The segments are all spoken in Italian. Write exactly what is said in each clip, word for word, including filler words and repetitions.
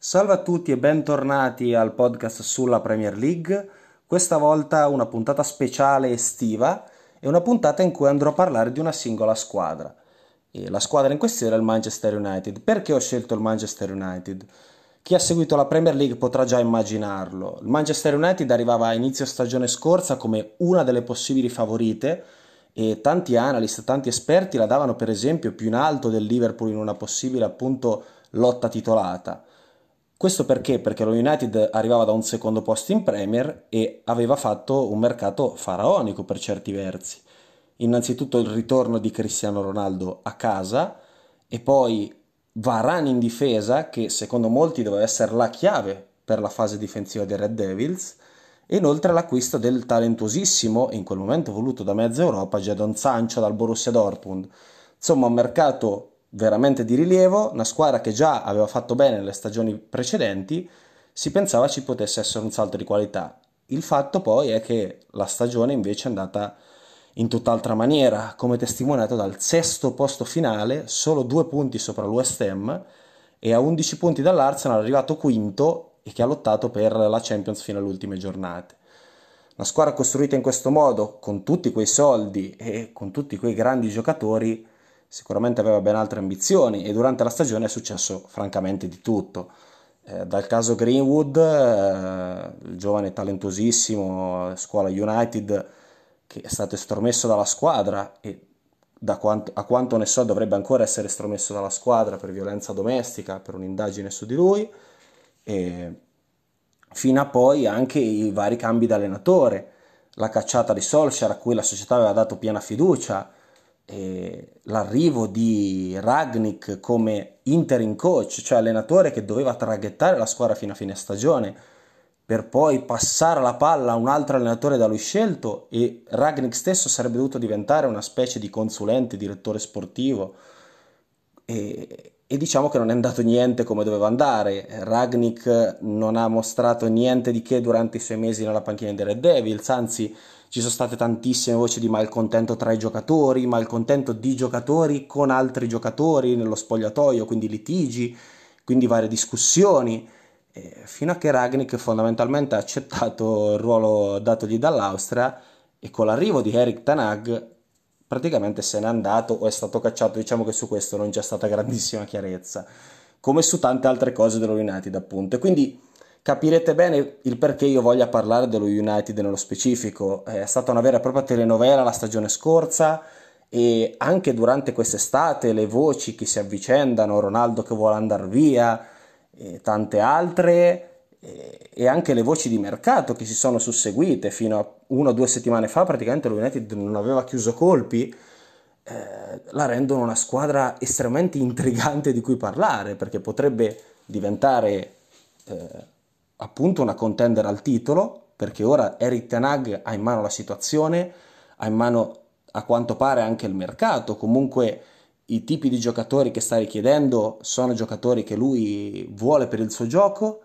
Salve a tutti e bentornati al podcast sulla Premier League. Questa volta una puntata speciale estiva e una puntata in cui andrò a parlare di una singola squadra. E la squadra in questione è il Manchester United. Perché ho scelto il Manchester United? Chi ha seguito la Premier League potrà già immaginarlo. Il Manchester United arrivava a inizio stagione scorsa come una delle possibili favorite e tanti analyst, tanti esperti la davano per esempio più in alto del Liverpool in una possibile appunto lotta titolata. Questo perché? Perché lo United arrivava da un secondo posto in Premier e aveva fatto un mercato faraonico per certi versi. Innanzitutto il ritorno di Cristiano Ronaldo a casa e poi Varane in difesa, che secondo molti doveva essere la chiave per la fase difensiva dei Red Devils, e inoltre l'acquisto del talentuosissimo, e in quel momento voluto da mezza Europa, Jadon Sancho dal Borussia Dortmund. Insomma, un mercato veramente di rilievo, una squadra che già aveva fatto bene nelle stagioni precedenti, si pensava ci potesse essere un salto di qualità. Il fatto poi è che la stagione invece è andata in tutt'altra maniera, come testimoniato dal sesto posto finale, solo due punti sopra l'West Ham e a undici punti dall'Arsenal è arrivato quinto e che ha lottato per la Champions fino alle ultime giornate. Una squadra costruita in questo modo, con tutti quei soldi e con tutti quei grandi giocatori, sicuramente aveva ben altre ambizioni e durante la stagione è successo francamente di tutto. Eh, dal caso Greenwood, eh, il giovane talentuosissimo, scuola United, che è stato estromesso dalla squadra e da quanto, a quanto ne so dovrebbe ancora essere estromesso dalla squadra per violenza domestica, per un'indagine su di lui, e fino a poi anche i vari cambi d'allenatore, la cacciata di Solskjaer a cui la società aveva dato piena fiducia, e l'arrivo di Ragnick come interim coach, cioè allenatore che doveva traghettare la squadra fino a fine stagione, per poi passare la palla a un altro allenatore da lui scelto e Ragnick stesso sarebbe dovuto diventare una specie di consulente, direttore sportivo e, e diciamo che non è andato niente come doveva andare. Ragnick non ha mostrato niente di che durante i suoi mesi nella panchina dei Red Devils, anzi ci sono state tantissime voci di malcontento tra i giocatori, malcontento di giocatori con altri giocatori nello spogliatoio, quindi litigi, quindi varie discussioni, eh, fino a che Ragnick fondamentalmente ha accettato il ruolo datogli dall'Austria e con l'arrivo di Erik Ten Hag praticamente se n'è andato o è stato cacciato. Diciamo che su questo non c'è stata grandissima chiarezza, come su tante altre cose dello United appunto. E quindi capirete bene il perché io voglia parlare dello United nello specifico. È stata una vera e propria telenovela la stagione scorsa e anche durante quest'estate le voci che si avvicendano, Ronaldo che vuole andare via e tante altre, e e anche le voci di mercato che si sono susseguite fino a una o due settimane fa, praticamente lo United non aveva chiuso colpi, eh, la rendono una squadra estremamente intrigante di cui parlare, perché potrebbe diventare eh, appunto una contender al titolo, perché ora Erik Ten Hag ha in mano la situazione, ha in mano a quanto pare anche il mercato, comunque i tipi di giocatori che sta richiedendo sono giocatori che lui vuole per il suo gioco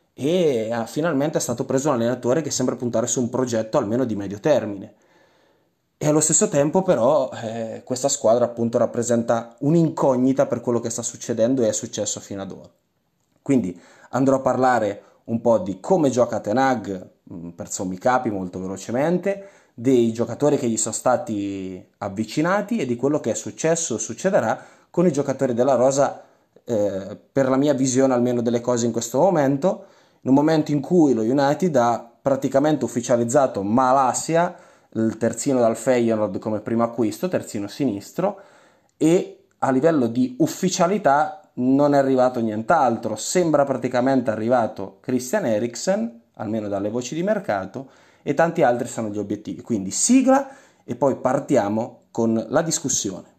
e ha, finalmente è stato preso un allenatore che sembra puntare su un progetto almeno di medio termine. E allo stesso tempo però eh, questa squadra appunto rappresenta un'incognita per quello che sta succedendo e è successo fino ad ora. Quindi andrò a parlare un po' di come gioca Ten Hag, mh, per sommi capi molto velocemente, dei giocatori che gli sono stati avvicinati e di quello che è successo o succederà con i giocatori della rosa, eh, per la mia visione almeno delle cose in questo momento, in un momento in cui lo United ha praticamente ufficializzato Malasia, il terzino dal Feyenoord come primo acquisto, terzino sinistro, e a livello di ufficialità non è arrivato nient'altro, sembra praticamente arrivato Christian Eriksen, almeno dalle voci di mercato, e tanti altri sono gli obiettivi. Quindi sigla e poi partiamo con la discussione.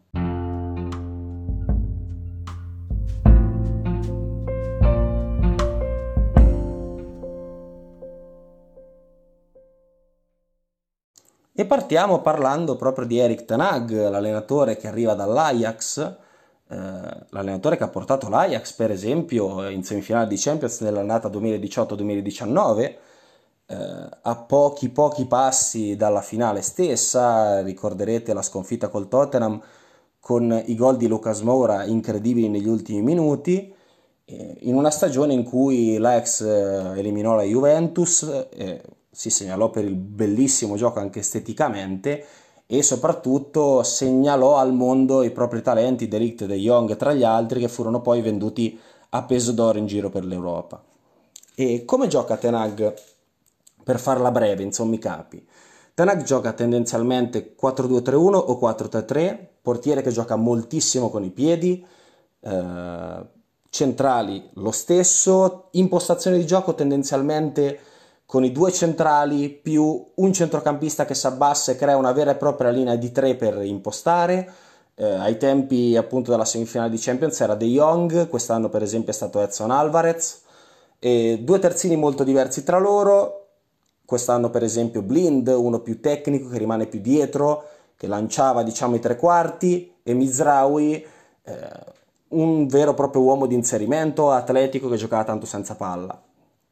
E partiamo parlando proprio di Erik Ten Hag, l'allenatore che arriva dall'Ajax, eh, l'allenatore che ha portato l'Ajax per esempio in semifinale di Champions nell'annata duemiladiciotto duemiladiciannove, eh, a pochi pochi passi dalla finale stessa. Ricorderete la sconfitta col Tottenham con i gol di Lucas Moura incredibili negli ultimi minuti in una stagione in cui l'Ajax eliminò la Juventus, eh, si segnalò per il bellissimo gioco anche esteticamente e soprattutto segnalò al mondo i propri talenti, De Ligt e De Jong tra gli altri, che furono poi venduti a peso d'oro in giro per l'Europa. E come gioca Ten Hag? Per farla breve, insomma, i capi. Ten Hag gioca tendenzialmente quattro due tre uno o quattro tre tre, portiere che gioca moltissimo con i piedi, eh, centrali lo stesso, impostazione di gioco tendenzialmente con i due centrali più un centrocampista che si abbassa e crea una vera e propria linea di tre per impostare. Eh, ai tempi appunto della semifinale di Champions era De Jong, quest'anno per esempio è stato Edson Alvarez, e due terzini molto diversi tra loro. Quest'anno per esempio Blind, uno più tecnico che rimane più dietro, che lanciava diciamo i tre quarti, e Mizraoui, eh, un vero e proprio uomo di inserimento, atletico che giocava tanto senza palla.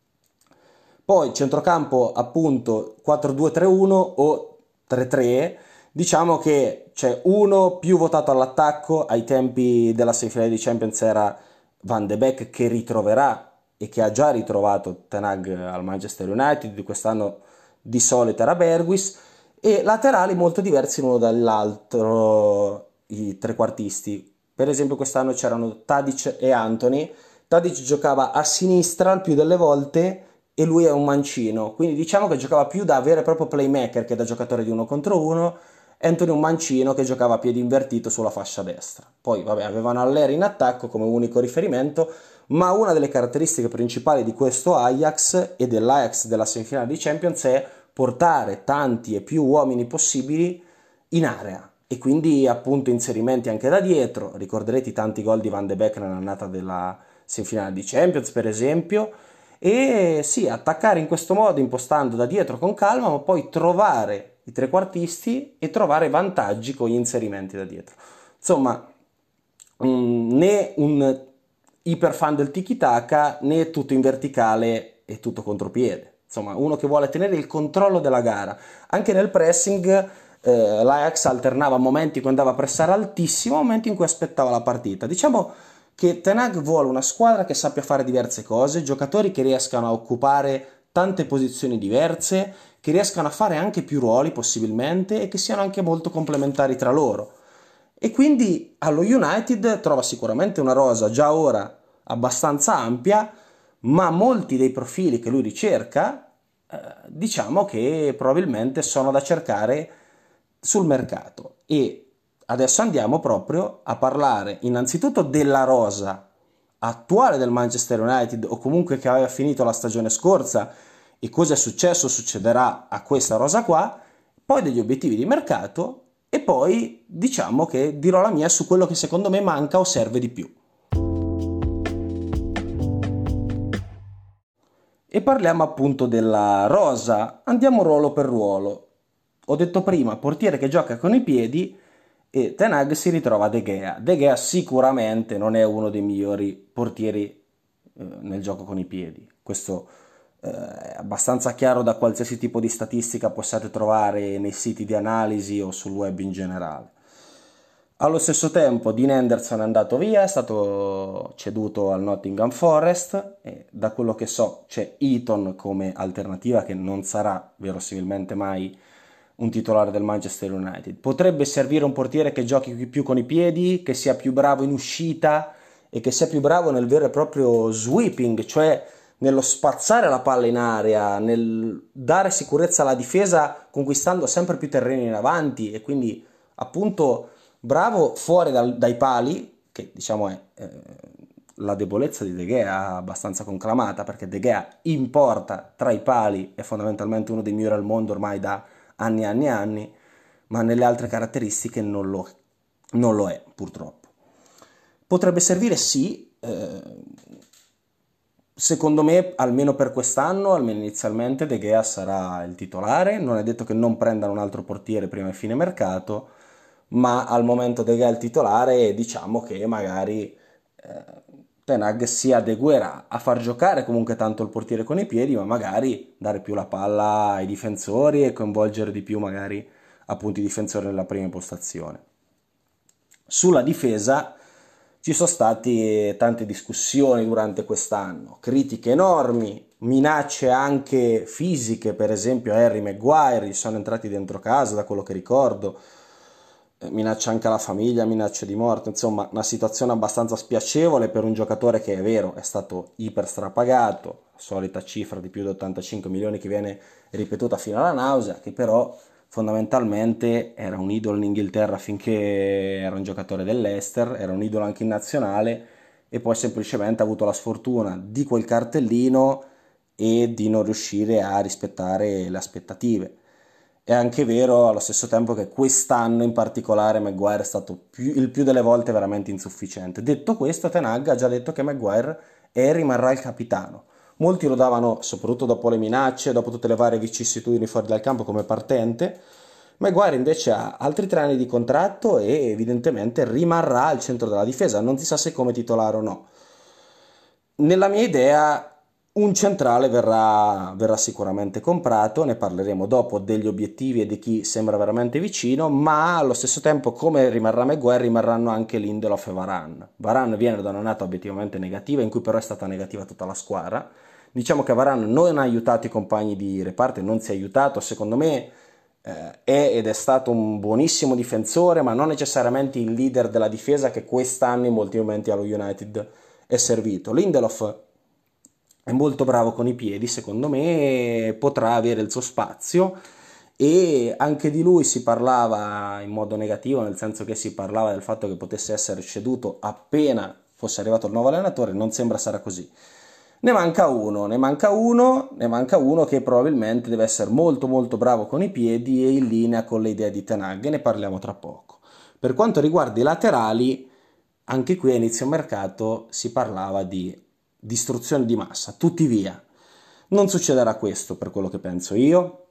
Poi centrocampo appunto quattro due tre uno o tre tre, diciamo che c'è uno più votato all'attacco, ai tempi della semifinale di Champions era Van de Beek, che ritroverà e che ha già ritrovato Ten Hag al Manchester United, di quest'anno di solito era Bergwijn, e laterali molto diversi l'uno dall'altro, i trequartisti. Per esempio quest'anno c'erano Tadic e Antony. Tadic giocava a sinistra il più delle volte e lui è un mancino, quindi diciamo che giocava più da vero e proprio playmaker che da giocatore di uno contro uno. Antony un mancino che giocava a piedi invertito sulla fascia destra. Poi vabbè, avevano Haller in attacco come unico riferimento, ma una delle caratteristiche principali di questo Ajax e dell'Ajax della semifinale di Champions è portare tanti e più uomini possibili in area e quindi appunto inserimenti anche da dietro. Ricorderete i tanti gol di Van de Beek nell'annata della semifinale di Champions per esempio, e sì, attaccare in questo modo impostando da dietro con calma, ma poi trovare i trequartisti e trovare vantaggi con gli inserimenti da dietro. Insomma, um, né un iper fan del tiki-taka né tutto in verticale e tutto contropiede. Insomma, uno che vuole tenere il controllo della gara. Anche nel pressing eh, l'Ajax alternava momenti in cui andava a pressare altissimo, momenti in cui aspettava la partita. Diciamo che Ten Hag vuole una squadra che sappia fare diverse cose, giocatori che riescano a occupare tante posizioni diverse, che riescano a fare anche più ruoli possibilmente e che siano anche molto complementari tra loro. E quindi allo United trova sicuramente una rosa già ora abbastanza ampia, ma molti dei profili che lui ricerca, eh, diciamo che probabilmente sono da cercare sul mercato. E adesso andiamo proprio a parlare innanzitutto della rosa attuale del Manchester United, o comunque che aveva finito la stagione scorsa, e cosa è successo, succederà a questa rosa qua, poi degli obiettivi di mercato e poi diciamo che dirò la mia su quello che secondo me manca o serve di più. E parliamo appunto della rosa, andiamo ruolo per ruolo. Ho detto prima, portiere che gioca con i piedi, e Ten Hag si ritrova De Gea. De Gea sicuramente non è uno dei migliori portieri eh, nel gioco con i piedi. Questo eh, è abbastanza chiaro da qualsiasi tipo di statistica possiate trovare nei siti di analisi o sul web in generale. Allo stesso tempo Dean Henderson è andato via, è stato ceduto al Nottingham Forest e da quello che so c'è Eton come alternativa, che non sarà verosimilmente mai un titolare del Manchester United. Potrebbe servire un portiere che giochi più con i piedi, che sia più bravo in uscita e che sia più bravo nel vero e proprio sweeping, cioè nello spazzare la palla in area, nel dare sicurezza alla difesa conquistando sempre più terreni in avanti, e quindi appunto bravo fuori dal, dai pali, che diciamo è eh, la debolezza di De Gea abbastanza conclamata, perché De Gea in porta tra i pali è fondamentalmente uno dei migliori al mondo ormai da anni e anni e anni, ma nelle altre caratteristiche non lo, non lo è purtroppo. Potrebbe servire sì, eh, secondo me almeno per quest'anno, almeno inizialmente De Gea sarà il titolare, non è detto che non prendano un altro portiere prima di fine mercato, ma al momento De Gea è il titolare e diciamo che magari eh, Ten Hag si adeguerà a far giocare comunque tanto il portiere con i piedi, ma magari dare più la palla ai difensori e coinvolgere di più magari appunto i difensori nella prima impostazione. Sulla difesa ci sono state tante discussioni durante quest'anno, critiche enormi, minacce anche fisiche, per esempio a Harry Maguire, gli sono entrati dentro casa da quello che ricordo, eh, minaccia anche alla famiglia, minacce di morte, insomma una situazione abbastanza spiacevole per un giocatore che è vero, è stato iper strapagato, solita cifra di più di ottantacinque milioni che viene ripetuta fino alla nausea, che però fondamentalmente era un idolo in Inghilterra finché era un giocatore dell'Leicester, era un idolo anche in nazionale e poi semplicemente ha avuto la sfortuna di quel cartellino e di non riuscire a rispettare le aspettative. È anche vero allo stesso tempo che quest'anno in particolare Maguire è stato più, il più delle volte veramente insufficiente. Detto questo, Ten Hag ha già detto che Maguire è e rimarrà il capitano. Molti lo davano, soprattutto dopo le minacce, dopo tutte le varie vicissitudini fuori dal campo, come partente. Maguire invece ha altri tre anni di contratto e evidentemente rimarrà al centro della difesa, non si sa se come titolare o no. Nella mia idea un centrale verrà, verrà sicuramente comprato, ne parleremo dopo degli obiettivi e di chi sembra veramente vicino, ma allo stesso tempo come rimarrà Maguire rimarranno anche Lindelof e Varane. Varane viene da un'annata obiettivamente negativa, in cui però è stata negativa tutta la squadra. Diciamo che Varane non ha aiutato i compagni di reparto, non si è aiutato, secondo me eh, è ed è stato un buonissimo difensore, ma non necessariamente il leader della difesa che quest'anno in molti momenti allo United è servito. Lindelof è molto bravo con i piedi, secondo me potrà avere il suo spazio e anche di lui si parlava in modo negativo, nel senso che si parlava del fatto che potesse essere ceduto appena fosse arrivato il nuovo allenatore, non sembra sarà così. Ne manca uno, ne manca uno, ne manca uno che probabilmente deve essere molto molto bravo con i piedi e in linea con le idee di Ten Hag, e ne parliamo tra poco. Per quanto riguarda i laterali, anche qui a inizio mercato si parlava di distruzione di massa, tutti via. Non succederà questo per quello che penso io.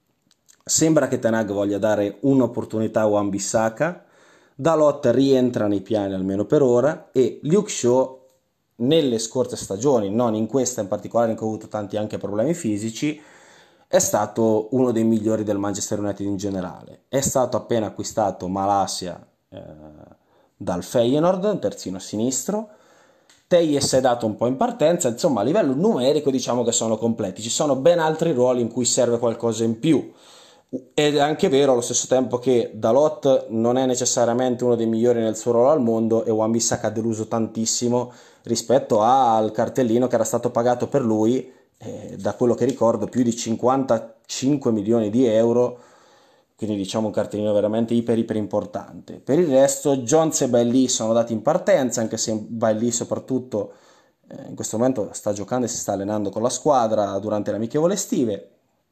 Sembra che Ten Hag voglia dare un'opportunità a Wan-Bissaka. Dalot rientra nei piani almeno per ora e Luke Shaw nelle scorse stagioni, non in questa in particolare in cui ha avuto tanti anche problemi fisici, è stato uno dei migliori del Manchester United in generale. È stato appena acquistato Malasia eh, dal Feyenoord, un terzino sinistro. Teyes è dato un po' in partenza, insomma a livello numerico diciamo che sono completi, ci sono ben altri ruoli in cui serve qualcosa in più. Ed è anche vero allo stesso tempo che Dalot non è necessariamente uno dei migliori nel suo ruolo al mondo e Wan-Bissaka ha deluso tantissimo rispetto al cartellino che era stato pagato per lui, eh, da quello che ricordo più di cinquantacinque milioni di euro, quindi diciamo un cartellino veramente iper iper importante. Per il resto Jones e Bailly sono dati in partenza, anche se Bailly soprattutto eh, in questo momento sta giocando e si sta allenando con la squadra durante le amichevole estive.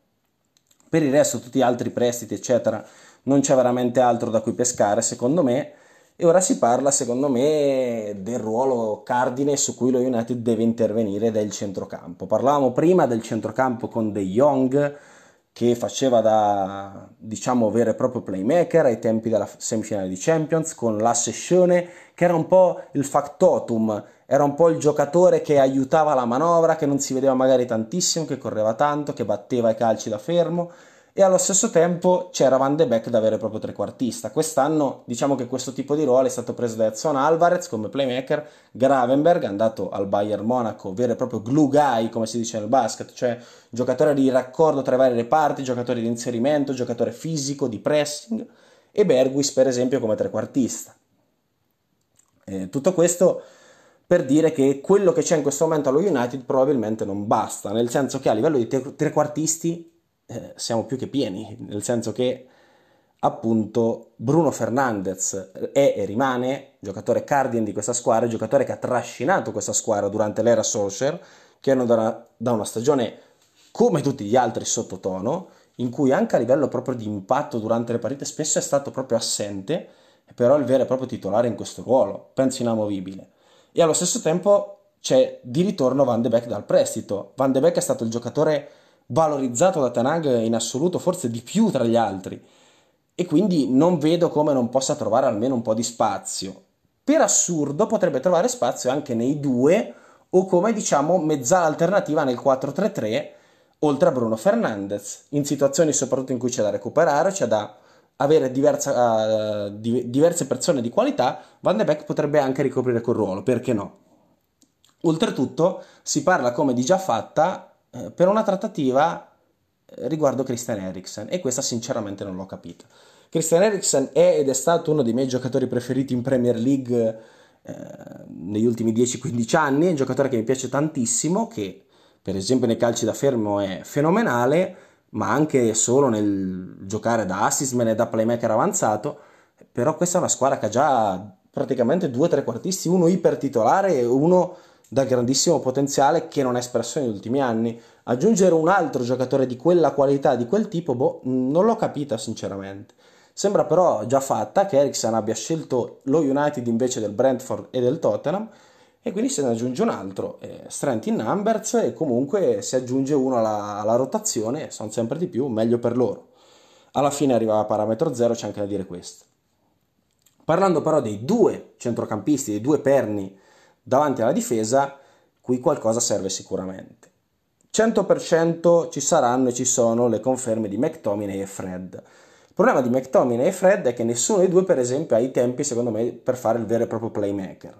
Per il resto tutti gli altri prestiti eccetera non c'è veramente altro da cui pescare secondo me, e ora si parla secondo me del ruolo cardine su cui lo United deve intervenire, del centrocampo. Parlavamo prima del centrocampo con De Jong che faceva da diciamo vero e proprio playmaker ai tempi della semifinale di Champions, con l'asse Schöne che era un po' il factotum, era un po' il giocatore che aiutava la manovra, che non si vedeva magari tantissimo, che correva tanto, che batteva i calci da fermo, e allo stesso tempo c'era Van de Beek da vero e proprio trequartista. Quest'anno diciamo che questo tipo di ruolo è stato preso da Edson Alvarez come playmaker, Gravenberg è andato al Bayern Monaco, vero e proprio glue guy come si dice nel basket, cioè giocatore di raccordo tra i vari reparti, giocatore di inserimento, giocatore fisico, di pressing, e Bergwijn per esempio come trequartista. Eh, tutto questo per dire che quello che c'è in questo momento allo United probabilmente non basta, nel senso che a livello di tre- trequartisti eh, siamo più che pieni, nel senso che appunto Bruno Fernandes è e rimane giocatore cardine di questa squadra, giocatore che ha trascinato questa squadra durante l'era Solskjaer, che erano da una, da una stagione come tutti gli altri sottotono, in cui anche a livello proprio di impatto durante le partite spesso è stato proprio assente, però il vero e proprio titolare in questo ruolo, penso inamovibile. E allo stesso tempo c'è di ritorno Van de Beek dal prestito. Van de Beek è stato il giocatore valorizzato da Ten Hag in assoluto, forse di più tra gli altri, e quindi non vedo come non possa trovare almeno un po' di spazio. Per assurdo potrebbe trovare spazio anche nei due o come diciamo mezzala alternativa nel quattro tre tre oltre a Bruno Fernandes, in situazioni soprattutto in cui c'è da recuperare, c'è da avere diversa, uh, di, diverse persone di qualità, Van de Beek potrebbe anche ricoprire quel ruolo, perché no? Oltretutto si parla come di già fatta eh, per una trattativa eh, riguardo Christian Eriksen, e questa sinceramente non l'ho capita. Christian Eriksen è ed è stato uno dei miei giocatori preferiti in Premier League eh, negli ultimi dieci quindici anni, è un giocatore che mi piace tantissimo, che per esempio nei calci da fermo è fenomenale, ma anche solo nel giocare da assistman e da playmaker avanzato. Però questa è una squadra che ha già praticamente due trequartisti, uno iper titolare e uno da grandissimo potenziale che non è espresso negli ultimi anni. Aggiungere un altro giocatore di quella qualità, di quel tipo, boh, non l'ho capita sinceramente. Sembra però già fatta che Eriksen abbia scelto lo United invece del Brentford e del Tottenham, e quindi se ne aggiunge un altro, eh, strength in numbers, e comunque si aggiunge uno alla, alla rotazione, sono sempre di più, meglio per loro. Alla fine arriva a parametro zero, c'è anche da dire questo. Parlando però dei due centrocampisti, dei due perni davanti alla difesa, qui qualcosa serve sicuramente. cento per cento ci saranno e ci sono le conferme di McTominay e Fred. Il problema di McTominay e Fred è che nessuno dei due, per esempio, ha i tempi, secondo me, per fare il vero e proprio playmaker.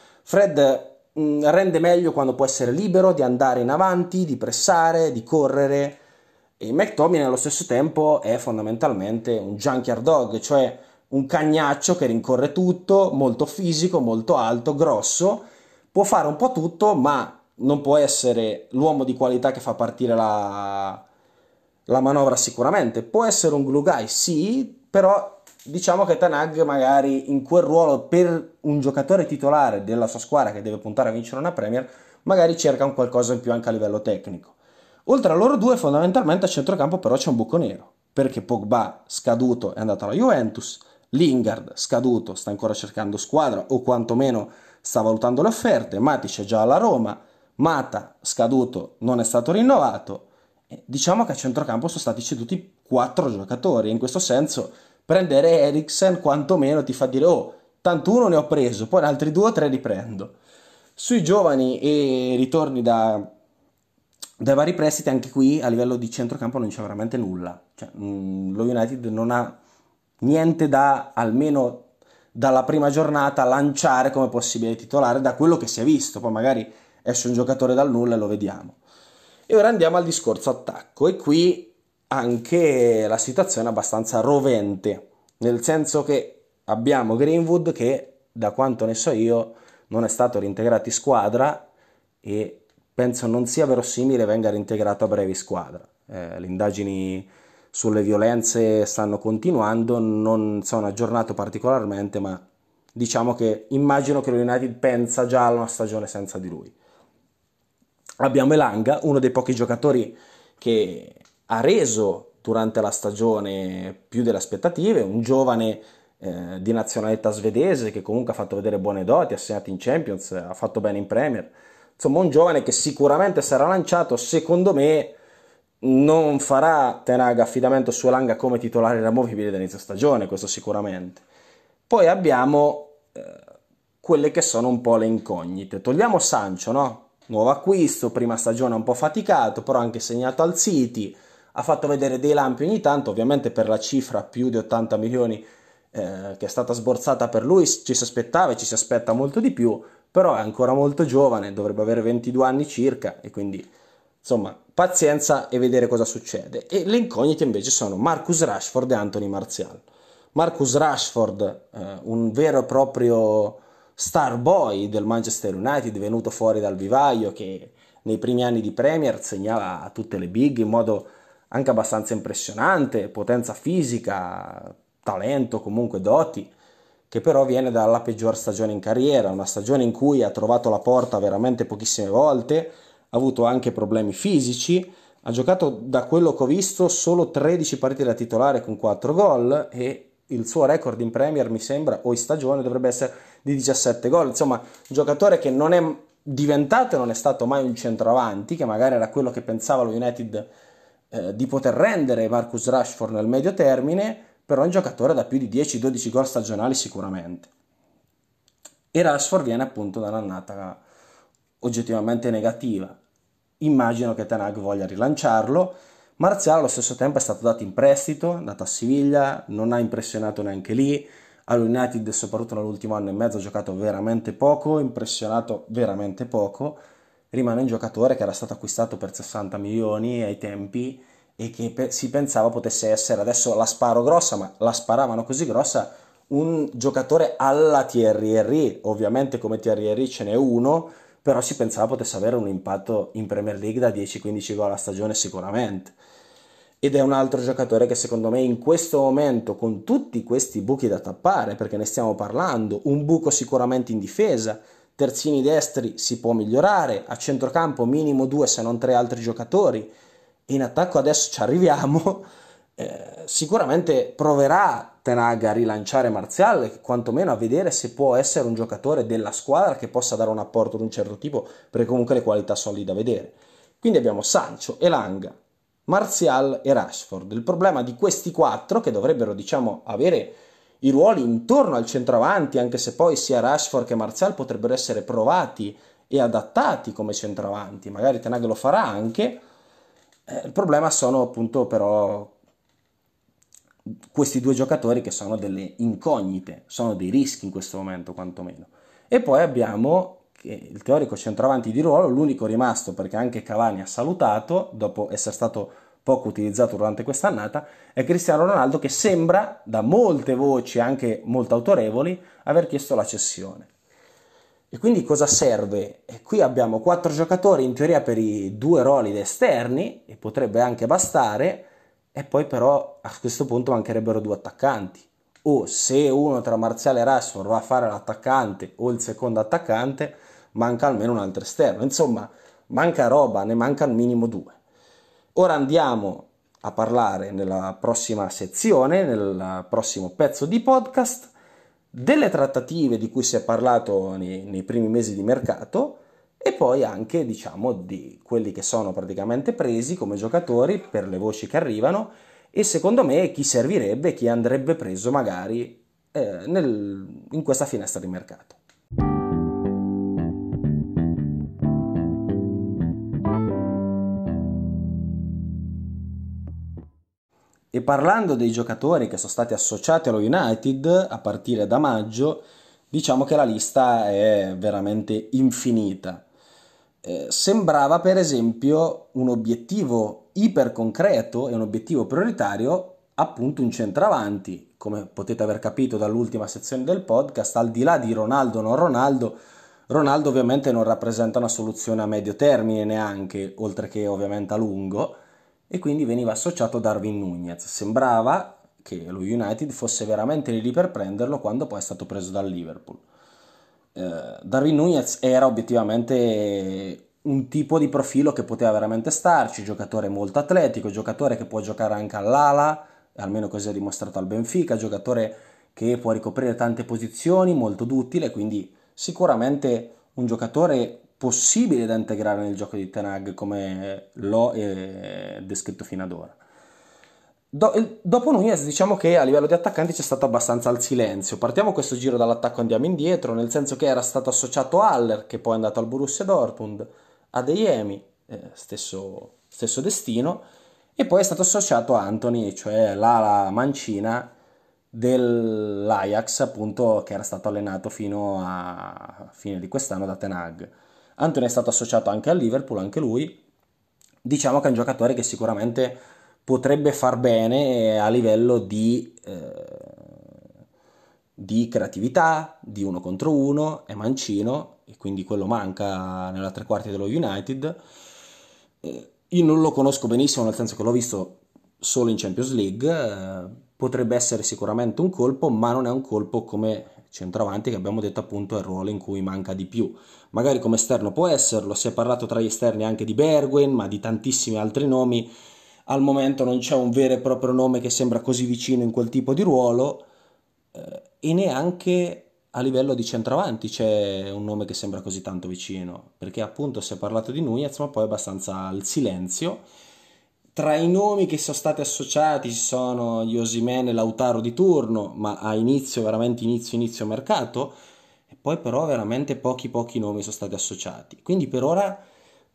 Fred mh, rende meglio quando può essere libero di andare in avanti, di pressare, di correre, e McTominay allo stesso tempo è fondamentalmente un junkyard dog, cioè un cagnaccio che rincorre tutto, molto fisico, molto alto, grosso, può fare un po' tutto, ma non può essere l'uomo di qualità che fa partire la, la manovra sicuramente. Può essere un glue guy, sì, però diciamo che Ten Hag magari in quel ruolo, per un giocatore titolare della sua squadra che deve puntare a vincere una Premier, magari cerca un qualcosa in più anche a livello tecnico. Oltre a loro due, fondamentalmente a centrocampo però c'è un buco nero, perché Pogba, scaduto, è andato alla Juventus, Lingard, scaduto, sta ancora cercando squadra o quantomeno sta valutando le offerte, Matic è già alla Roma, Mata, scaduto, non è stato rinnovato. E diciamo che a centrocampo sono stati ceduti quattro giocatori, in questo senso prendere Eriksen quantomeno ti fa dire oh, tanto uno ne ho preso, poi altri due o tre li prendo. Sui giovani e ritorni da, dai vari prestiti, anche qui a livello di centrocampo non c'è veramente nulla. Cioè, mh, lo United non ha niente da, almeno dalla prima giornata, lanciare come possibile titolare da quello che si è visto. Poi magari esce un giocatore dal nulla e lo vediamo. E ora andiamo al discorso attacco, e qui anche la situazione è abbastanza rovente, nel senso che abbiamo Greenwood che, da quanto ne so io, non è stato reintegrato in squadra, e penso non sia verosimile venga reintegrato a breve in squadra. Eh, le indagini sulle violenze stanno continuando, non sono aggiornato particolarmente, ma diciamo che immagino che lo United pensa già a una stagione senza di lui. Abbiamo Elanga, uno dei pochi giocatori che ha reso durante la stagione più delle aspettative, un giovane eh, di nazionalità svedese che comunque ha fatto vedere buone doti, ha segnato in Champions, ha fatto bene in Premier. Insomma, un giovane che sicuramente sarà lanciato, secondo me non farà Ten Hag affidamento su Elanga come titolare inamovibile dall'inizio stagione, questo sicuramente. Poi abbiamo eh, quelle che sono un po' le incognite. Togliamo Sancho, no? Nuovo acquisto, prima stagione un po' faticato, però anche segnato al City, ha fatto vedere dei lampi ogni tanto, ovviamente per la cifra più di ottanta milioni eh, che è stata sborsata per lui ci si aspettava e ci si aspetta molto di più, però è ancora molto giovane, dovrebbe avere ventidue anni circa, e quindi insomma pazienza e vedere cosa succede. E le incognite invece sono Marcus Rashford e Anthony Martial. Marcus Rashford, eh, un vero e proprio star boy del Manchester United, venuto fuori dal vivaio, che nei primi anni di Premier segnava a tutte le big in modo anche abbastanza impressionante, potenza fisica, talento, comunque doti, che però viene dalla peggior stagione in carriera, una stagione in cui ha trovato la porta veramente pochissime volte, ha avuto anche problemi fisici, ha giocato, da quello che ho visto, solo tredici partite da titolare con quattro gol, e il suo record in Premier, mi sembra, o in stagione, dovrebbe essere di diciassette gol. Insomma, un giocatore che non è diventato e non è stato mai un centroavanti, che magari era quello che pensava lo United eh, di poter rendere Marcus Rashford nel medio termine, però è un giocatore da più di dieci dodici gol stagionali sicuramente. E Rashford viene appunto da un'annata oggettivamente negativa. Immagino che Ten Hag voglia rilanciarlo, Martial allo stesso tempo è stato dato in prestito, andato a Siviglia, non ha impressionato neanche lì, all'United soprattutto nell'ultimo anno e mezzo ha giocato veramente poco, impressionato veramente poco, rimane un giocatore che era stato acquistato per sessanta milioni ai tempi e che pe- si pensava potesse essere, adesso la sparo grossa, ma la sparavano così grossa, un giocatore alla Thierry Henry, ovviamente come Thierry Henry ce n'è uno, però si pensava potesse avere un impatto in Premier League da dieci quindici gol a stagione sicuramente. Ed è un altro giocatore che secondo me in questo momento, con tutti questi buchi da tappare, perché ne stiamo parlando, un buco sicuramente in difesa, terzini destri si può migliorare, a centrocampo minimo due se non tre altri giocatori, in attacco adesso ci arriviamo, eh, sicuramente proverà Ten Hag a rilanciare Martial, quantomeno a vedere se può essere un giocatore della squadra che possa dare un apporto di un certo tipo, perché comunque le qualità sono lì da vedere. Quindi abbiamo Sancho, Elanga, Martial e Rashford. Il problema di questi quattro, che dovrebbero diciamo avere i ruoli intorno al centravanti, anche se poi sia Rashford che Martial potrebbero essere provati e adattati come centravanti, magari Ten Hag lo farà anche, eh, il problema sono appunto però questi due giocatori che sono delle incognite, sono dei rischi in questo momento quantomeno. E poi abbiamo il teorico centravanti di ruolo, l'unico rimasto perché anche Cavani ha salutato dopo essere stato poco utilizzato durante quest'annata, è Cristiano Ronaldo, che sembra, da molte voci anche molto autorevoli, aver chiesto la cessione. E quindi cosa serve? E qui abbiamo quattro giocatori in teoria per i due ruoli esterni, e potrebbe anche bastare, e poi però a questo punto mancherebbero due attaccanti. O se uno tra Martial e Rashford va a fare l'attaccante o il secondo attaccante, manca almeno un altro esterno. Insomma, manca roba, ne mancano minimo due. Ora andiamo a parlare nella prossima sezione, nel prossimo pezzo di podcast, delle trattative di cui si è parlato nei, nei primi mesi di mercato e poi anche, diciamo, di quelli che sono praticamente presi come giocatori per le voci che arrivano e secondo me chi servirebbe, chi andrebbe preso magari eh, nel, in questa finestra di mercato. E parlando dei giocatori che sono stati associati allo United a partire da maggio, diciamo che la lista è veramente infinita. Eh, sembrava per esempio un obiettivo iper concreto e un obiettivo prioritario appunto un centravanti, come potete aver capito dall'ultima sezione del podcast, al di là di Ronaldo o non Ronaldo, Ronaldo ovviamente non rappresenta una soluzione a medio termine neanche, oltre che ovviamente a lungo, e quindi veniva associato Darwin Núñez. Sembrava che lo United fosse veramente lì per prenderlo quando poi è stato preso dal Liverpool. Eh, Darwin Núñez era obiettivamente un tipo di profilo che poteva veramente starci, giocatore molto atletico, giocatore che può giocare anche all'ala, almeno così ha dimostrato al Benfica, giocatore che può ricoprire tante posizioni, molto duttile, quindi sicuramente un giocatore possibile da integrare nel gioco di Ten Hag come l'ho eh, descritto fino ad ora. Do, il, dopo Nunez diciamo che a livello di attaccanti c'è stato abbastanza il silenzio. Partiamo questo giro dall'attacco, andiamo indietro, nel senso che era stato associato a Haller, che poi è andato al Borussia Dortmund, a Adeyemi, eh, stesso, stesso destino, e poi è stato associato a Antony, cioè l'ala mancina dell'Ajax, appunto, che era stato allenato fino a fine di quest'anno da Ten Hag. Antony è stato associato anche al Liverpool, anche lui. Diciamo che è un giocatore che sicuramente potrebbe far bene a livello di, eh, di creatività, di uno contro uno, è mancino e quindi quello manca nella tre quarti dello United. Eh, io non lo conosco benissimo, nel senso che l'ho visto solo in Champions League, eh, potrebbe essere sicuramente un colpo, ma non è un colpo come centravanti, che abbiamo detto appunto è il ruolo in cui manca di più. Magari come esterno può esserlo, si è parlato tra gli esterni anche di Bergwijn, ma di tantissimi altri nomi. Al momento non c'è un vero e proprio nome che sembra così vicino in quel tipo di ruolo, eh, e neanche a livello di centravanti c'è un nome che sembra così tanto vicino, perché appunto si è parlato di Núñez, ma poi è abbastanza al silenzio. Tra i nomi che sono stati associati ci sono gli Osimhen e Lautaro di turno, ma a inizio, veramente inizio, inizio mercato, e poi però veramente pochi pochi nomi sono stati associati. Quindi per ora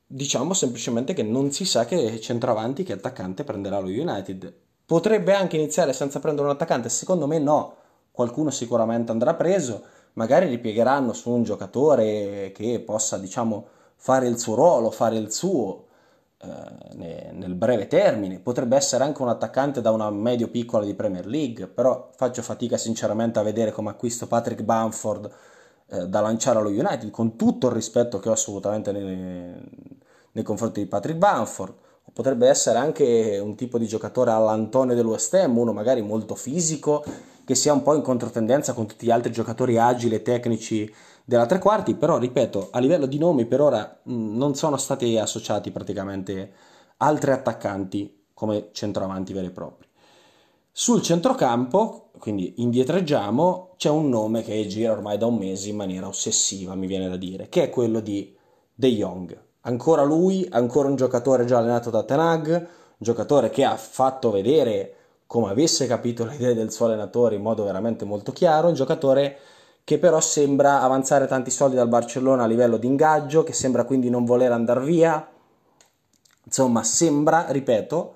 diciamo semplicemente che non si sa che centravanti, che attaccante prenderà lo United. Potrebbe anche iniziare senza prendere un attaccante, secondo me no, qualcuno sicuramente andrà preso, magari ripiegheranno su un giocatore che possa, diciamo, fare il suo ruolo, fare il suo eh, ne- nel breve termine. Potrebbe essere anche un attaccante da una medio piccola di Premier League, però faccio fatica sinceramente a vedere come acquisto Patrick Bamford eh, da lanciare allo United, con tutto il rispetto che ho assolutamente nei, nei confronti di Patrick Bamford. O potrebbe essere anche un tipo di giocatore all'Antonio del West Ham, uno magari molto fisico, che sia un po' in controtendenza con tutti gli altri giocatori agili e tecnici della tre quarti, però ripeto, a livello di nomi per ora mh, non sono stati associati praticamente altri attaccanti come centroavanti veri e propri. Sul centrocampo, quindi indietreggiamo, c'è un nome che gira ormai da un mese in maniera ossessiva, mi viene da dire, che è quello di De Jong. Ancora lui, ancora un giocatore già allenato da Ten Hag, un giocatore che ha fatto vedere come avesse capito le idee del suo allenatore in modo veramente molto chiaro, un giocatore che però sembra avanzare tanti soldi dal Barcellona a livello di ingaggio, che sembra quindi non voler andare via. Insomma, sembra, ripeto,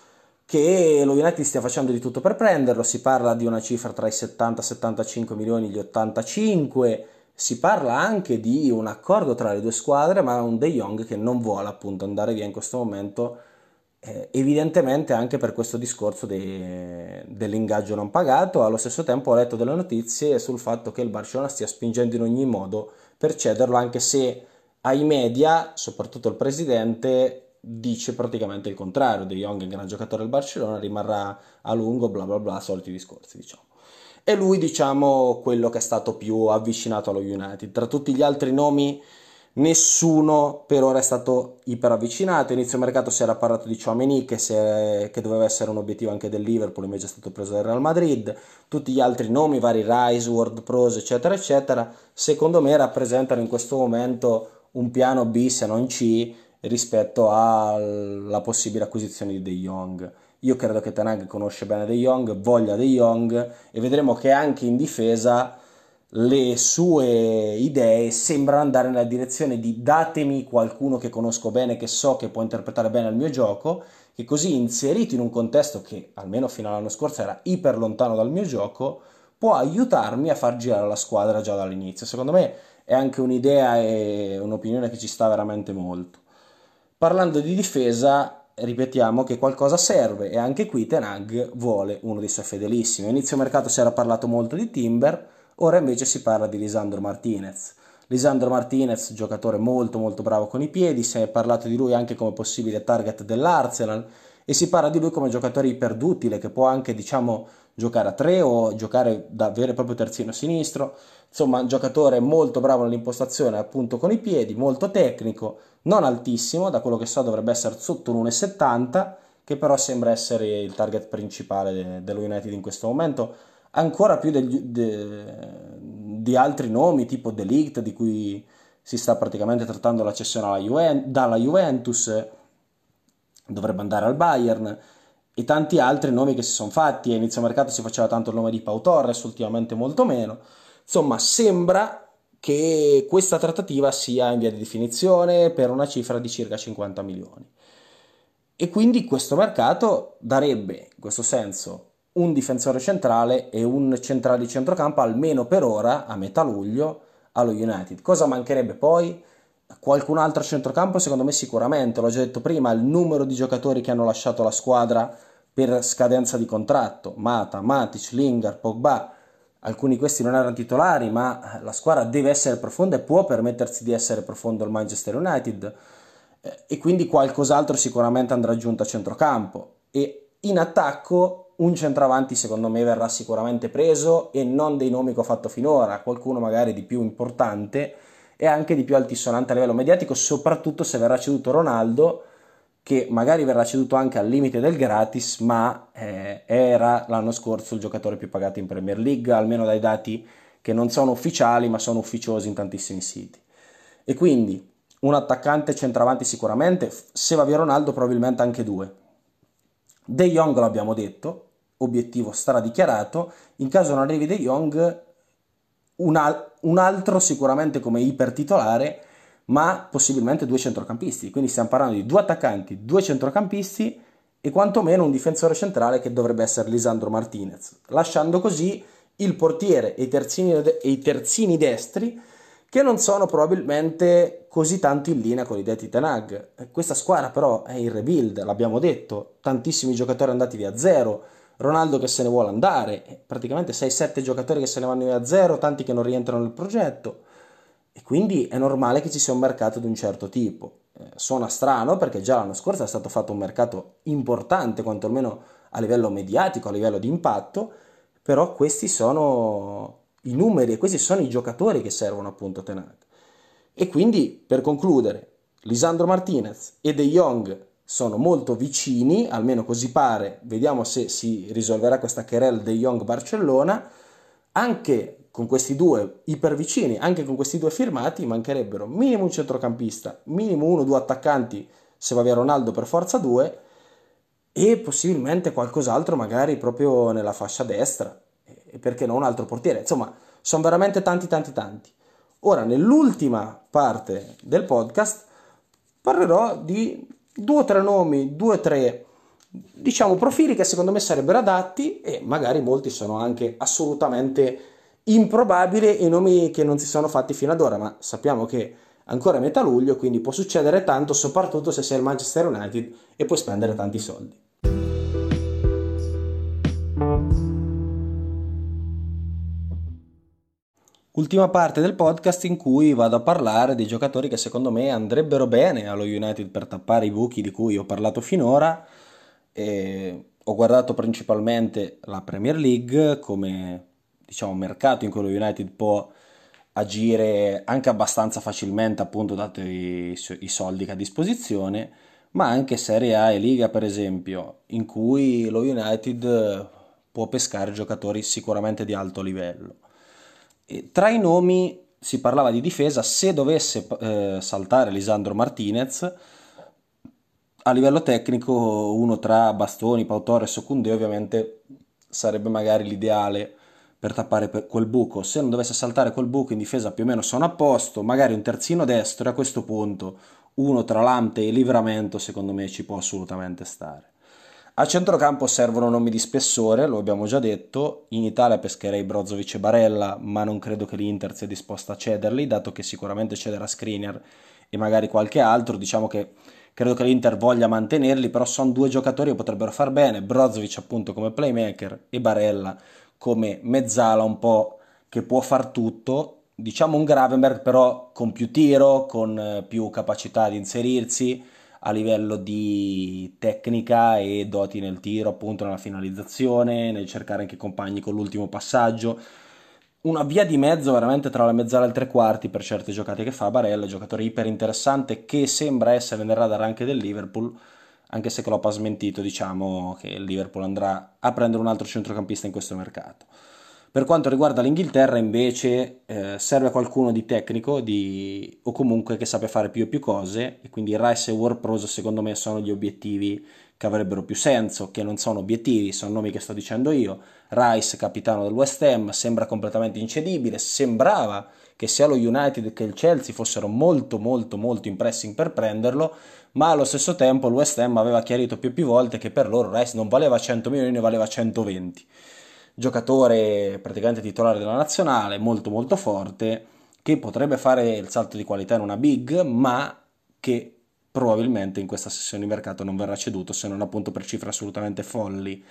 che lo United stia facendo di tutto per prenderlo. Si parla di una cifra tra i settanta settantacinque milioni e gli ottantacinque. Si parla anche di un accordo tra le due squadre, ma un De Jong che non vuole appunto andare via in questo momento, eh, evidentemente anche per questo discorso de- dell'ingaggio non pagato. Allo stesso tempo ho letto delle notizie sul fatto che il Barcellona stia spingendo in ogni modo per cederlo, anche se ai media, soprattutto il presidente, dice praticamente il contrario. De Jong è un gran giocatore del Barcellona, rimarrà a lungo, bla bla bla, soliti discorsi, diciamo. E lui, diciamo, quello che è stato più avvicinato allo United. Tra tutti gli altri nomi, nessuno per ora è stato iper avvicinato. Inizio mercato si era parlato di Tchouaméni, che, se- che doveva essere un obiettivo anche del Liverpool, invece è stato preso dal Real Madrid. Tutti gli altri nomi, vari Rice, Ward Prose, eccetera, eccetera, secondo me rappresentano in questo momento un piano B, se non C, rispetto alla possibile acquisizione di De Jong. Io credo che Ten Hag conosce bene De Jong, voglia De Jong, e vedremo che anche in difesa le sue idee sembrano andare nella direzione di datemi qualcuno che conosco bene, che so che può interpretare bene il mio gioco, che così inserito in un contesto che almeno fino all'anno scorso era iper lontano dal mio gioco, può aiutarmi a far girare la squadra già dall'inizio. Secondo me è anche un'idea e un'opinione che ci sta veramente molto. Parlando di difesa, ripetiamo che qualcosa serve e anche qui Ten Hag vuole uno dei suoi fedelissimi. A inizio mercato si era parlato molto di Timber, ora invece si parla di Lisandro Martinez. Lisandro Martinez, giocatore molto molto bravo con i piedi, si è parlato di lui anche come possibile target dell'Arsenal e si parla di lui come giocatore iperduttile che può anche, diciamo, giocare a tre o giocare da vero e proprio terzino sinistro. Insomma, un giocatore molto bravo nell'impostazione appunto con i piedi, molto tecnico, non altissimo, da quello che so dovrebbe essere sotto l'uno virgola settanta, che però sembra essere il target principale de- dello United in questo momento, ancora più degli- de- di altri nomi tipo De Ligt, di cui si sta praticamente trattando la cessione alla Juven- dalla Juventus, dovrebbe andare al Bayern, e tanti altri nomi che si sono fatti. A inizio mercato si faceva tanto il nome di Pau Torres, ultimamente molto meno. Insomma, sembra che questa trattativa sia in via di definizione per una cifra di circa cinquanta milioni. E quindi questo mercato darebbe, in questo senso, un difensore centrale e un centrale di centrocampo, almeno per ora, a metà luglio, allo United. Cosa mancherebbe poi? Qualcun altro a centrocampo? Secondo me sicuramente, l'ho già detto prima, il numero di giocatori che hanno lasciato la squadra per scadenza di contratto, Mata, Matic, Lingard, Pogba, alcuni di questi non erano titolari, ma la squadra deve essere profonda e può permettersi di essere profondo il Manchester United, eh, e quindi qualcos'altro sicuramente andrà aggiunto a centrocampo. E in attacco un centravanti secondo me verrà sicuramente preso, e non dei nomi che ho fatto finora, qualcuno magari di più importante e anche di più altisonante a livello mediatico, soprattutto se verrà ceduto Ronaldo, che magari verrà ceduto anche al limite del gratis, ma eh, era l'anno scorso il giocatore più pagato in Premier League, almeno dai dati che non sono ufficiali ma sono ufficiosi in tantissimi siti. E quindi un attaccante centravanti sicuramente, se va via Ronaldo probabilmente anche due. De Jong l'abbiamo detto, obiettivo stradichiarato, in caso non arrivi De Jong un, al- un altro sicuramente come ipertitolare, ma possibilmente due centrocampisti, quindi stiamo parlando di due attaccanti, due centrocampisti e quantomeno un difensore centrale che dovrebbe essere Lisandro Martinez, lasciando così il portiere e i terzini, e i terzini destri che non sono probabilmente così tanto in linea con i detti Ten Hag. Questa squadra però è in rebuild, l'abbiamo detto, tantissimi giocatori andati via zero, Ronaldo che se ne vuole andare, praticamente sei sette giocatori che se ne vanno via zero, tanti che non rientrano nel progetto, e quindi è normale che ci sia un mercato di un certo tipo. Eh, suona strano perché già l'anno scorso è stato fatto un mercato importante, quantomeno a livello mediatico, a livello di impatto, però questi sono i numeri e questi sono i giocatori che servono appunto a Ten Hag. E quindi, per concludere, Lisandro Martinez e De Jong sono molto vicini, almeno così pare, vediamo se si risolverà questa querela De Jong-Barcellona. Anche con questi due iper vicini, anche con questi due firmati, mancherebbero minimo un centrocampista, minimo uno o due attaccanti, se va via Ronaldo per forza due, e possibilmente qualcos'altro magari proprio nella fascia destra, e perché no un altro portiere. Insomma, sono veramente tanti tanti tanti. Ora, nell'ultima parte del podcast parlerò di due o tre nomi, due o tre, diciamo, profili che secondo me sarebbero adatti, e magari molti sono anche assolutamente improbabili e nomi che non si sono fatti fino ad ora, ma sappiamo che ancora è metà luglio, quindi può succedere tanto, soprattutto se sei il Manchester United e puoi spendere tanti soldi. Ultima parte del podcast in cui vado a parlare dei giocatori che secondo me andrebbero bene allo United per tappare i buchi di cui ho parlato finora. E ho guardato principalmente la Premier League come, diciamo, mercato in cui lo United può agire anche abbastanza facilmente, appunto, dato i, i soldi che ha a disposizione, ma anche Serie A e Liga, per esempio, in cui lo United può pescare giocatori sicuramente di alto livello. E tra i nomi si parlava di difesa, se dovesse eh, saltare Lisandro Martinez, a livello tecnico uno tra Bastoni, Pau Torres o Koundé ovviamente sarebbe magari l'ideale per tappare quel buco. Se non dovesse saltare quel buco in difesa più o meno sono a posto, magari un terzino destro, e a questo punto uno tra Lamptey e Livramento secondo me ci può assolutamente stare. A centrocampo servono nomi di spessore, lo abbiamo già detto. In Italia pescherei Brozovic e Barella, ma non credo che l'Inter sia disposta a cederli, dato che sicuramente cederà Skriniar e magari qualche altro. Diciamo che credo che l'Inter voglia mantenerli, però sono due giocatori che potrebbero far bene. Brozovic appunto come playmaker e Barella come mezzala un po' che può far tutto. Diciamo un Gravenberg però con più tiro, con più capacità di inserirsi a livello di tecnica e doti nel tiro, appunto nella finalizzazione, nel cercare anche i compagni con l'ultimo passaggio. Una via di mezzo veramente tra la mezzala e il tre quarti per certe giocate che fa Barella, giocatore iper interessante che sembra essere nel radar anche del Liverpool, anche se Klopp ha smentito, diciamo, che il Liverpool andrà a prendere un altro centrocampista in questo mercato. Per quanto riguarda l'Inghilterra, invece, eh, serve qualcuno di tecnico di... o comunque che sappia fare più e più cose, e quindi Rice e Ward-Prowse secondo me sono gli obiettivi che avrebbero più senso, che non sono obiettivi, sono nomi che sto dicendo io. Rice, capitano del West Ham, sembra completamente incedibile, sembrava che sia lo United che il Chelsea fossero molto molto molto in pressing per prenderlo, ma allo stesso tempo il West Ham aveva chiarito più e più volte che per loro Rice non valeva cento milioni, ne valeva centoventi. Giocatore praticamente titolare della nazionale, molto molto forte, che potrebbe fare il salto di qualità in una big, ma che probabilmente in questa sessione di mercato non verrà ceduto, se non appunto per cifre assolutamente folli.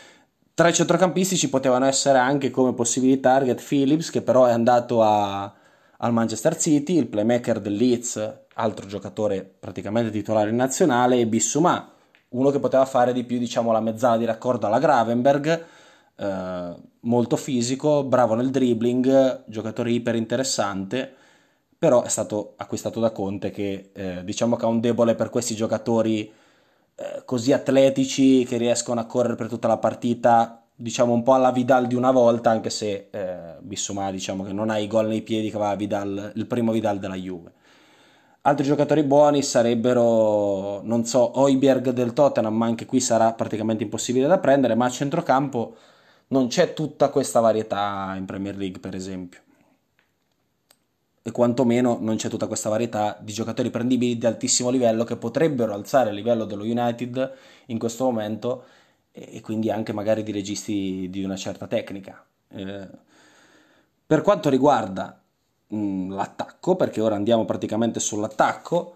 Tra i centrocampisti ci potevano essere anche come possibili target Phillips, che però è andato a, al Manchester City, il playmaker del Leeds, altro giocatore praticamente titolare in nazionale, e Bissouma, uno che poteva fare di più, diciamo, la mezzala di raccordo alla Gravenberg, eh, molto fisico, bravo nel dribbling, giocatore iper interessante, però è stato acquistato da Conte che eh, diciamo che ha un debole per questi giocatori eh, così atletici che riescono a correre per tutta la partita, diciamo un po' alla Vidal di una volta, anche se eh, Bissouma diciamo che non ha i gol nei piedi che aveva Vidal, il primo Vidal della Juve. Altri giocatori buoni sarebbero, non so, Højbjerg del Tottenham, ma anche qui sarà praticamente impossibile da prendere, ma a centrocampo non c'è tutta questa varietà in Premier League, per esempio. e quantomeno non c'è tutta questa varietà di giocatori prendibili di altissimo livello che potrebbero alzare il livello dello United in questo momento e quindi anche magari di registi di una certa tecnica. Eh, per quanto riguarda mh, l'attacco, perché ora andiamo praticamente sull'attacco,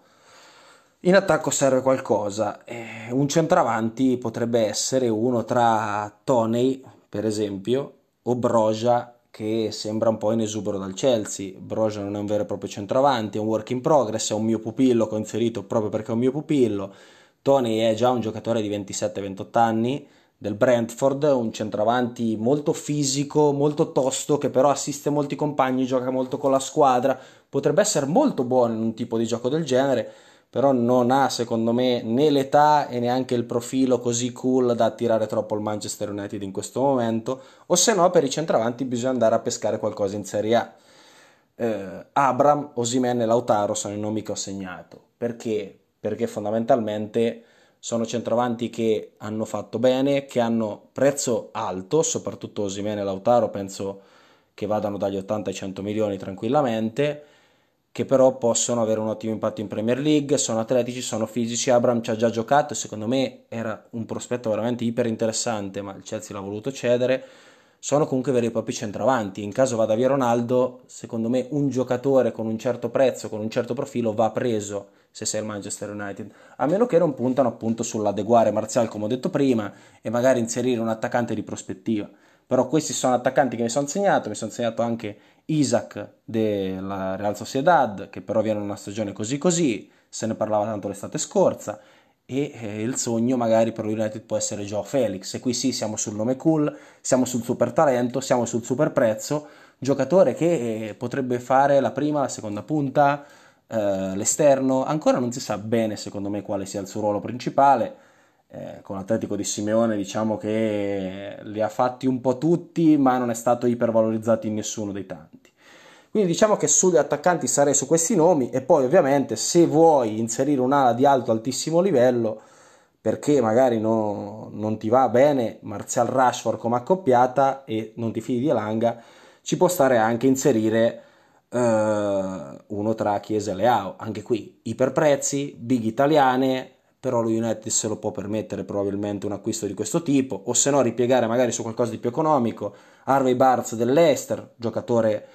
in attacco serve qualcosa. Eh, un centravanti potrebbe essere uno tra Toney, per esempio, o Broja, che sembra un po' in esubero dal Chelsea. Broja non è un vero e proprio centravanti, è un work in progress, è un mio pupillo che ho inserito proprio perché è un mio pupillo. Toney è già un giocatore di ventisette ventotto anni del Brentford, un centravanti molto fisico, molto tosto, che però assiste molti compagni, gioca molto con la squadra, potrebbe essere molto buono in un tipo di gioco del genere, però non ha secondo me né l'età e neanche il profilo così cool da attirare troppo il Manchester United in questo momento, o se no per i centravanti bisogna andare a pescare qualcosa in Serie A. Eh, Abram, Osimhen e Lautaro sono i nomi che ho segnato. Perché? Perché fondamentalmente sono centravanti che hanno fatto bene, che hanno prezzo alto, soprattutto Osimhen e Lautaro penso che vadano dagli ottanta ai cento milioni tranquillamente, che però possono avere un ottimo impatto in Premier League, sono atletici, sono fisici. Abram ci ha già giocato e secondo me era un prospetto veramente iper interessante, ma il Chelsea l'ha voluto cedere. Sono comunque veri e propri centravanti. In caso vada via Ronaldo, secondo me un giocatore con un certo prezzo, con un certo profilo va preso se sei il Manchester United, a meno che non puntano appunto sull'adeguare Martial come ho detto prima e magari inserire un attaccante di prospettiva. Però questi sono attaccanti che mi sono segnato, mi sono segnato anche Isaac della Real Sociedad, che però viene una stagione così così, se ne parlava tanto l'estate scorsa, e eh, il sogno magari per l'United può essere Joao Felix, e qui sì siamo sul nome cool, siamo sul super talento, siamo sul super prezzo, giocatore che eh, potrebbe fare la prima, la seconda punta, eh, l'esterno, ancora non si sa bene secondo me quale sia il suo ruolo principale. Eh, con l'Atletico di Simeone diciamo che li ha fatti un po' tutti, ma non è stato ipervalorizzato in nessuno dei tanti. Quindi diciamo che sugli attaccanti sarei su questi nomi e poi ovviamente se vuoi inserire un'ala di alto altissimo livello, perché magari no, non ti va bene Martial Rashford come accoppiata e non ti fidi di Elanga, ci può stare anche inserire eh, uno tra Chiesa e Leao. Anche qui iperprezzi, big italiane, però lo United se lo può permettere probabilmente un acquisto di questo tipo, o se no ripiegare magari su qualcosa di più economico. Harvey Barnes dell'Leicester, giocatore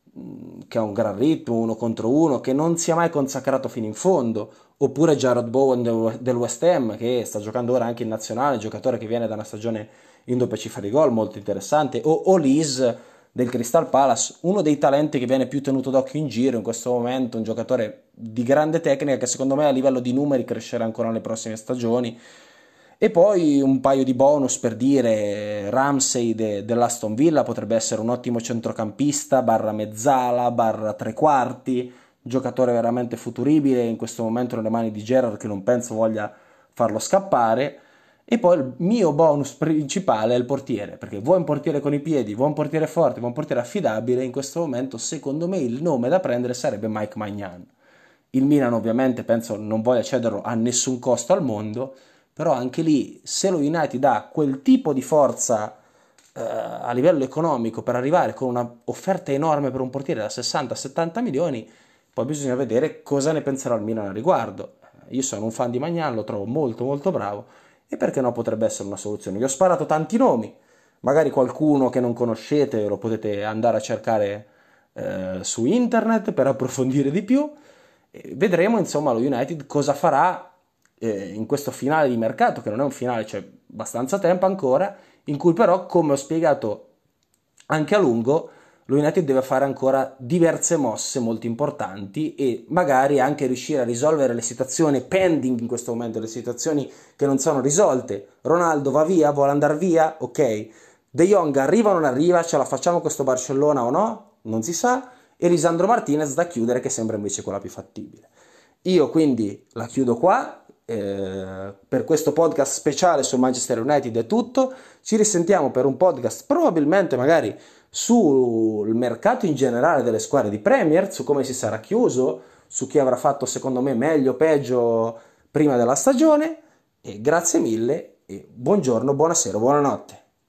mh, che ha un gran ritmo, uno contro uno, che non si è mai consacrato fino in fondo, oppure Jarrod Bowen del, del West Ham, che sta giocando ora anche in nazionale, giocatore che viene da una stagione in doppia cifra di gol, molto interessante, o Olise del Crystal Palace, uno dei talenti che viene più tenuto d'occhio in giro in questo momento, un giocatore di grande tecnica che secondo me a livello di numeri crescerà ancora nelle prossime stagioni. E poi un paio di bonus per dire Ramsey de, dell'Aston Villa potrebbe essere un ottimo centrocampista, barra mezzala, barra tre quarti, giocatore veramente futuribile in questo momento nelle mani di Gerrard che non penso voglia farlo scappare. E poi il mio bonus principale è il portiere, perché vuoi un portiere con i piedi, vuoi un portiere forte, vuoi un portiere affidabile, in questo momento secondo me il nome da prendere sarebbe Mike Maignan. Il Milan ovviamente penso non voglia cederlo a nessun costo al mondo, però anche lì se lo United ha quel tipo di forza eh, a livello economico per arrivare con una offerta enorme per un portiere da sessanta settanta milioni, poi bisogna vedere cosa ne penserà il Milan al riguardo. Io sono un fan di Maignan, lo trovo molto molto bravo e perché no potrebbe essere una soluzione. Vi ho sparato tanti nomi, magari qualcuno che non conoscete lo potete andare a cercare eh, su internet per approfondire di più. E vedremo insomma lo United cosa farà eh, in questo finale di mercato, che non è un finale, c'è abbastanza tempo ancora, in cui però, come ho spiegato anche a lungo, lo United deve fare ancora diverse mosse molto importanti e magari anche riuscire a risolvere le situazioni pending in questo momento, le situazioni che non sono risolte. Ronaldo va via, vuole andare via, ok. De Jong arriva o non arriva, ce la facciamo questo Barcellona o no? Non si sa. E Lisandro Martinez da chiudere, che sembra invece quella più fattibile. Io quindi la chiudo qua. Eh, per questo podcast speciale sul Manchester United è tutto. Ci risentiamo per un podcast probabilmente magari sul mercato in generale delle squadre di Premier, su come si sarà chiuso, su chi avrà fatto secondo me meglio o peggio prima della stagione. E grazie mille e buongiorno, buonasera, buonanotte.